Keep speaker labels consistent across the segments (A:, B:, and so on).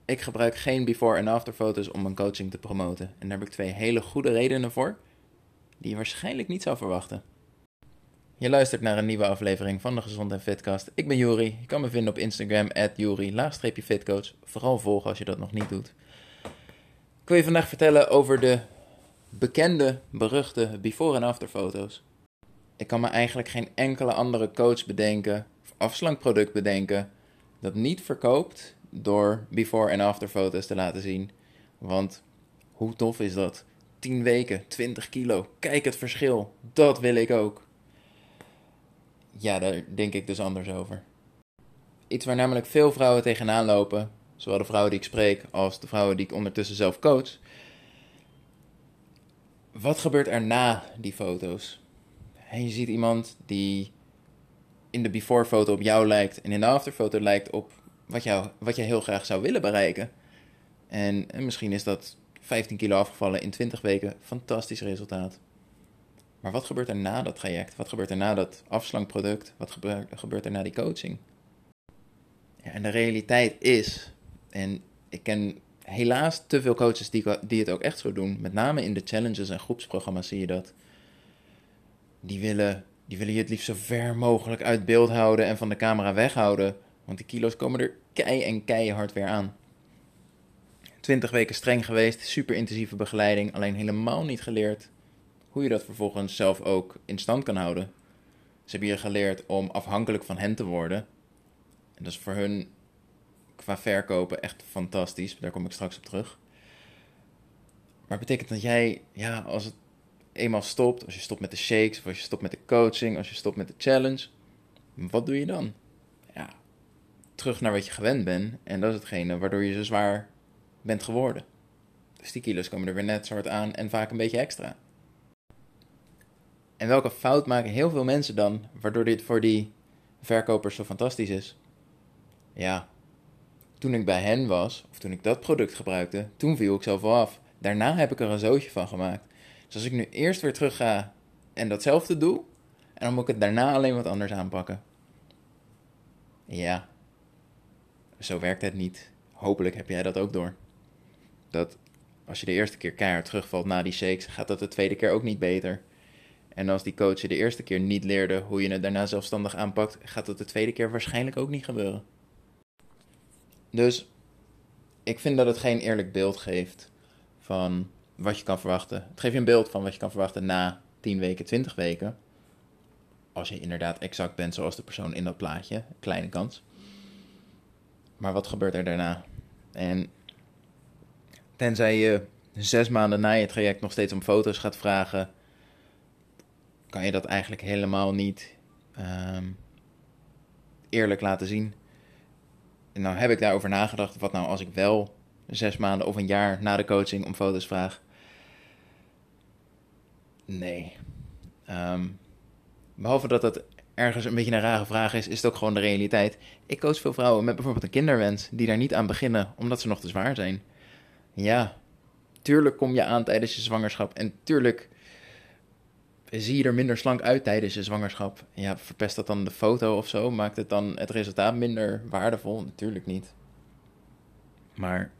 A: Ik gebruik geen before- en after foto's om mijn coaching te promoten. En daar heb ik 2 hele goede redenen voor, die je waarschijnlijk niet zou verwachten. Je luistert naar een nieuwe aflevering van de Gezond en Fitcast. Ik ben Juri. Je kan me vinden op Instagram @Juri_fitcoach. Vooral volgen als je dat nog niet doet. Ik wil je vandaag vertellen over de bekende, beruchte before- en after foto's. Ik kan me eigenlijk geen enkele andere coach bedenken, of afslankproduct bedenken, dat niet verkoopt door before- en after foto's te laten zien. Want hoe tof is dat? 10 weken, 20 kilo, kijk het verschil. Dat wil ik ook. Ja, daar denk ik dus anders over. Iets waar namelijk veel vrouwen tegenaan lopen, zowel de vrouwen die ik spreek als de vrouwen die ik ondertussen zelf coach. Wat gebeurt er na die foto's? En je ziet iemand die in de before foto op jou lijkt en in de after foto lijkt op wat jij heel graag zou willen bereiken. En misschien is dat 15 kilo afgevallen in 20 weken. Fantastisch resultaat. Maar wat gebeurt er na dat traject? Wat gebeurt er na dat afslankproduct? Wat gebeurt er na die coaching? Ja, en de realiteit is, en ik ken helaas te veel coaches die het ook echt zo doen, met name in de challenges en groepsprogramma's zie je dat. Die willen je het liefst zo ver mogelijk uit beeld houden en van de camera weghouden, want die kilo's komen er keihard weer aan. 20 weken streng geweest, super intensieve begeleiding, alleen helemaal niet geleerd hoe je dat vervolgens zelf ook in stand kan houden. Ze hebben hier geleerd om afhankelijk van hen te worden. En dat is voor hun qua verkopen echt fantastisch. Daar kom ik straks op terug. Maar het betekent dat jij, ja, als het eenmaal stopt, als je stopt met de shakes, of als je stopt met de coaching, als je stopt met de challenge, wat doe je dan? Ja, terug naar wat je gewend bent. En dat is hetgene waardoor je zo zwaar bent geworden. Dus die kilo's komen er weer net zo hard aan en vaak een beetje extra. En welke fout maken heel veel mensen dan, waardoor dit voor die verkopers zo fantastisch is? Ja, toen ik bij hen was, of toen ik dat product gebruikte, toen viel ik zelf wel af. Daarna heb ik er een zootje van gemaakt. Dus als ik nu eerst weer terug ga en datzelfde doe, en dan moet ik het daarna alleen wat anders aanpakken. Ja, zo werkt het niet. Hopelijk heb jij dat ook door. Dat als je de eerste keer keihard terugvalt na die shakes, gaat dat de tweede keer ook niet beter. En als die coach je de eerste keer niet leerde hoe je het daarna zelfstandig aanpakt, gaat dat de tweede keer waarschijnlijk ook niet gebeuren. Dus ik vind dat het geen eerlijk beeld geeft van wat je kan verwachten. Het geeft je een beeld van wat je kan verwachten na 10 weken, 20 weken. Als je inderdaad exact bent zoals de persoon in dat plaatje. Kleine kans. Maar wat gebeurt er daarna? En tenzij je 6 maanden na je traject nog steeds om foto's gaat vragen, kan je dat eigenlijk helemaal niet eerlijk laten zien. En nou heb ik daarover nagedacht. Wat nou als ik wel 6 maanden of een jaar na de coaching om foto's vraag? Nee. Behalve dat dat ergens een beetje een rare vraag is het ook gewoon de realiteit. Ik coach veel vrouwen met bijvoorbeeld een kinderwens die daar niet aan beginnen omdat ze nog te zwaar zijn. Ja, tuurlijk kom je aan tijdens je zwangerschap en tuurlijk zie je er minder slank uit tijdens je zwangerschap. Ja, verpest dat dan de foto of zo? Maakt het dan het resultaat minder waardevol? Natuurlijk niet. Maar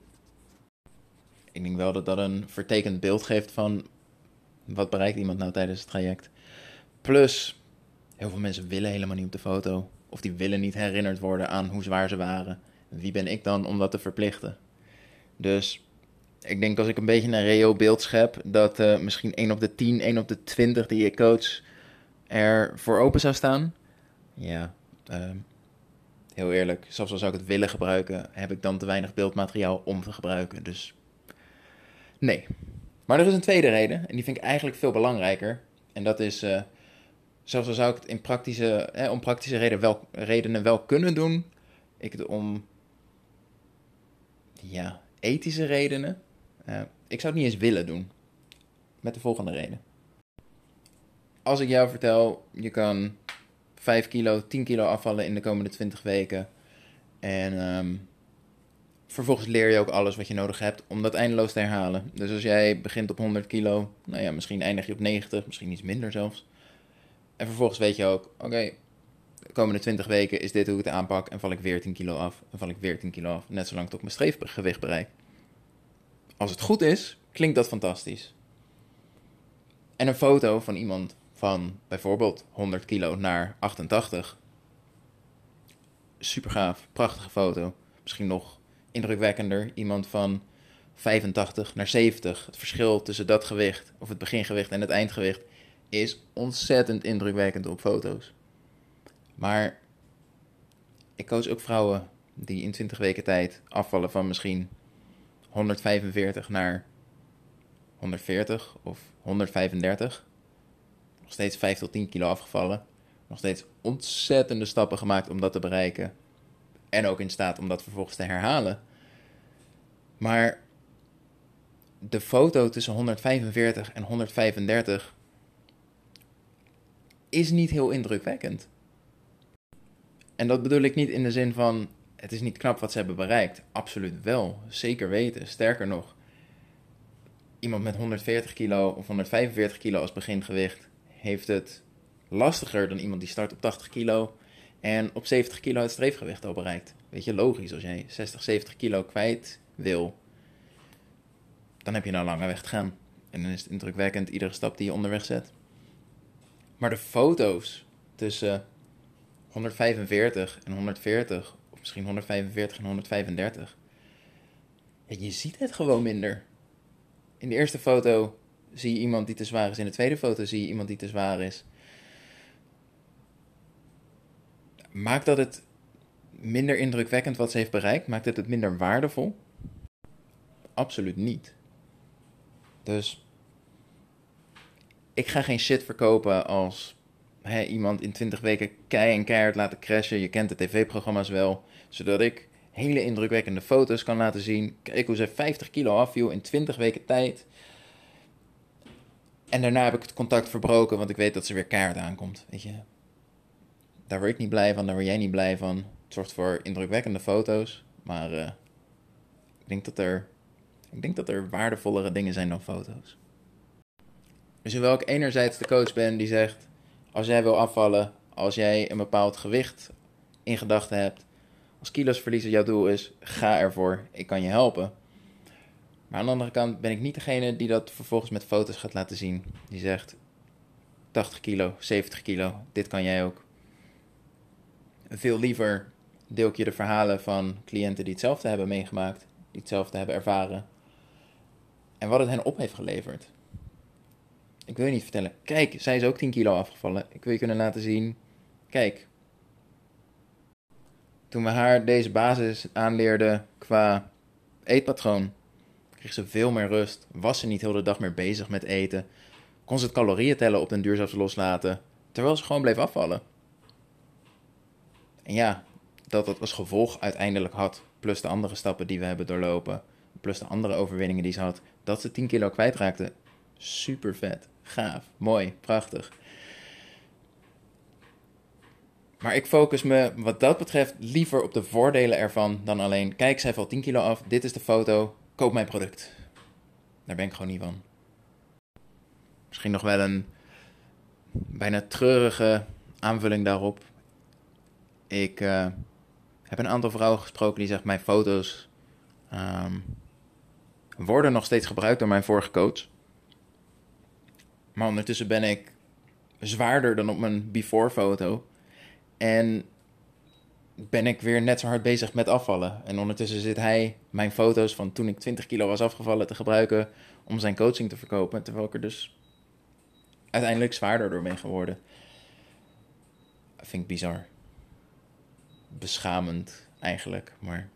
A: ik denk wel dat dat een vertekend beeld geeft van wat bereikt iemand nou tijdens het traject. Plus, heel veel mensen willen helemaal niet op de foto. Of die willen niet herinnerd worden aan hoe zwaar ze waren. Wie ben ik dan om dat te verplichten? Dus ik denk als ik een beetje een reëel beeld schep, dat misschien 1 op de 10, 1 op de 20 die ik coach er voor open zou staan. Ja, heel eerlijk, zelfs al zou ik het willen gebruiken, heb ik dan te weinig beeldmateriaal om te gebruiken. Dus nee. Maar er is een tweede reden, en die vind ik eigenlijk veel belangrijker. En dat is, zelfs al zou ik het om praktische redenen wel kunnen doen, ik het om ethische redenen, ik zou het niet eens willen doen. Met de volgende reden. Als ik jou vertel, je kan 5 kilo, 10 kilo afvallen in de komende 20 weken. En vervolgens leer je ook alles wat je nodig hebt om dat eindeloos te herhalen. Dus als jij begint op 100 kilo, nou ja, misschien eindig je op 90, misschien iets minder zelfs. En vervolgens weet je ook, oké, komende 20 weken is dit hoe ik het aanpak en val ik weer 10 kilo af en val ik weer 10 kilo af. Net zolang tot mijn streefgewicht bereik. Als het goed is, klinkt dat fantastisch. En een foto van iemand van bijvoorbeeld 100 kilo naar 88. Super gaaf, prachtige foto. Misschien nog indrukwekkender, iemand van 85 naar 70. Het verschil tussen dat gewicht, of het begingewicht en het eindgewicht, is ontzettend indrukwekkend op foto's. Maar ik coach ook vrouwen die in 20 weken tijd afvallen van misschien 145 naar 140 of 135. Nog steeds 5 tot 10 kilo afgevallen. Nog steeds ontzettende stappen gemaakt om dat te bereiken. En ook in staat om dat vervolgens te herhalen. Maar de foto tussen 145 en 135 is niet heel indrukwekkend. En dat bedoel ik niet in de zin van, het is niet knap wat ze hebben bereikt. Absoluut wel, zeker weten. Sterker nog, iemand met 140 kilo of 145 kilo als begingewicht heeft het lastiger dan iemand die start op 80 kilo en op 70 kilo het streefgewicht al bereikt. Weet je, logisch, als jij 60, 70 kilo kwijt wil, dan heb je nou lange weg te gaan. En dan is het indrukwekkend iedere stap die je onderweg zet. Maar de foto's tussen 145 en 140, of misschien 145 en 135, ja, je ziet het gewoon minder. In de eerste foto zie je iemand die te zwaar is. In de tweede foto zie je iemand die te zwaar is. Maakt dat het minder indrukwekkend wat ze heeft bereikt? Maakt het minder waardevol? Absoluut niet. Dus ik ga geen shit verkopen als iemand in 20 weken keihard laten crashen. Je kent de tv-programma's wel. Zodat ik hele indrukwekkende foto's kan laten zien. Kijk hoe ze 50 kilo afviel in 20 weken tijd. En daarna heb ik het contact verbroken, want ik weet dat ze weer keihard aankomt. Weet je. Daar word ik niet blij van, daar word jij niet blij van. Het zorgt voor indrukwekkende foto's. Maar ik denk dat er waardevollere dingen zijn dan foto's. Dus hoewel ik enerzijds de coach ben die zegt, als jij wil afvallen, als jij een bepaald gewicht in gedachten hebt, als kilo's verliezen jouw doel is, ga ervoor, ik kan je helpen. Maar aan de andere kant ben ik niet degene die dat vervolgens met foto's gaat laten zien. Die zegt, 80 kilo, 70 kilo, dit kan jij ook. Veel liever deel ik je de verhalen van cliënten die hetzelfde hebben meegemaakt, die hetzelfde hebben ervaren. En wat het hen op heeft geleverd. Ik wil je niet vertellen, kijk, zij is ook 10 kilo afgevallen. Ik wil je kunnen laten zien, kijk. Toen we haar deze basis aanleerden qua eetpatroon, kreeg ze veel meer rust. Was ze niet heel de dag meer bezig met eten. Kon ze het calorieën tellen op den duur zelfs loslaten. Terwijl ze gewoon bleef afvallen. En ja, dat als gevolg uiteindelijk had, plus de andere stappen die we hebben doorlopen, plus de andere overwinningen die ze had, dat ze 10 kilo kwijtraakte. Super vet, gaaf, mooi, prachtig. Maar ik focus me wat dat betreft liever op de voordelen ervan dan alleen, kijk, zij valt 10 kilo af, dit is de foto, koop mijn product. Daar ben ik gewoon niet van. Misschien nog wel een bijna treurige aanvulling daarop. Ik heb een aantal vrouwen gesproken die zeggen, mijn foto's worden nog steeds gebruikt door mijn vorige coach. Maar ondertussen ben ik zwaarder dan op mijn before foto. En ben ik weer net zo hard bezig met afvallen. En ondertussen zit hij mijn foto's van toen ik 20 kilo was afgevallen te gebruiken om zijn coaching te verkopen. Terwijl ik er dus uiteindelijk zwaarder door ben geworden. Dat vind ik bizar. Beschamend eigenlijk, maar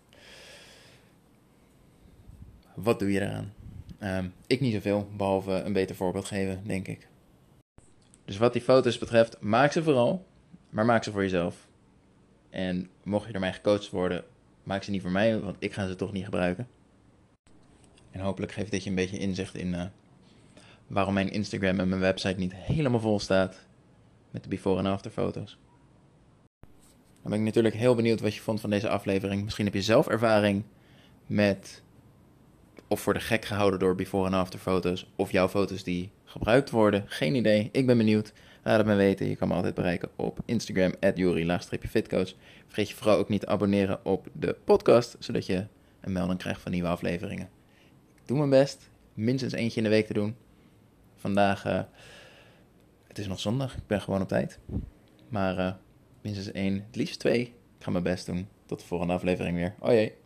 A: wat doe je eraan? Ik niet zoveel, behalve een beter voorbeeld geven, denk ik. Dus wat die foto's betreft, maak ze vooral, maar maak ze voor jezelf. En mocht je door mij gecoacht worden, maak ze niet voor mij, want ik ga ze toch niet gebruiken. En hopelijk geeft dit je een beetje inzicht in waarom mijn Instagram en mijn website niet helemaal vol staat met de before en after foto's. Dan ben ik natuurlijk heel benieuwd wat je vond van deze aflevering. Misschien heb je zelf ervaring met of voor de gek gehouden door before en after foto's, of jouw foto's die gebruikt worden. Geen idee, ik ben benieuwd. Laat het me weten. Je kan me altijd bereiken op Instagram, @Jori_fitcoach. Vergeet je vooral ook niet te abonneren op de podcast, zodat je een melding krijgt van nieuwe afleveringen. Ik doe mijn best, minstens eentje in de week te doen. Vandaag, het is nog zondag, ik ben gewoon op tijd. Maar minstens 1, het liefst 2. Ik ga mijn best doen. Tot de volgende aflevering weer. Oh jee.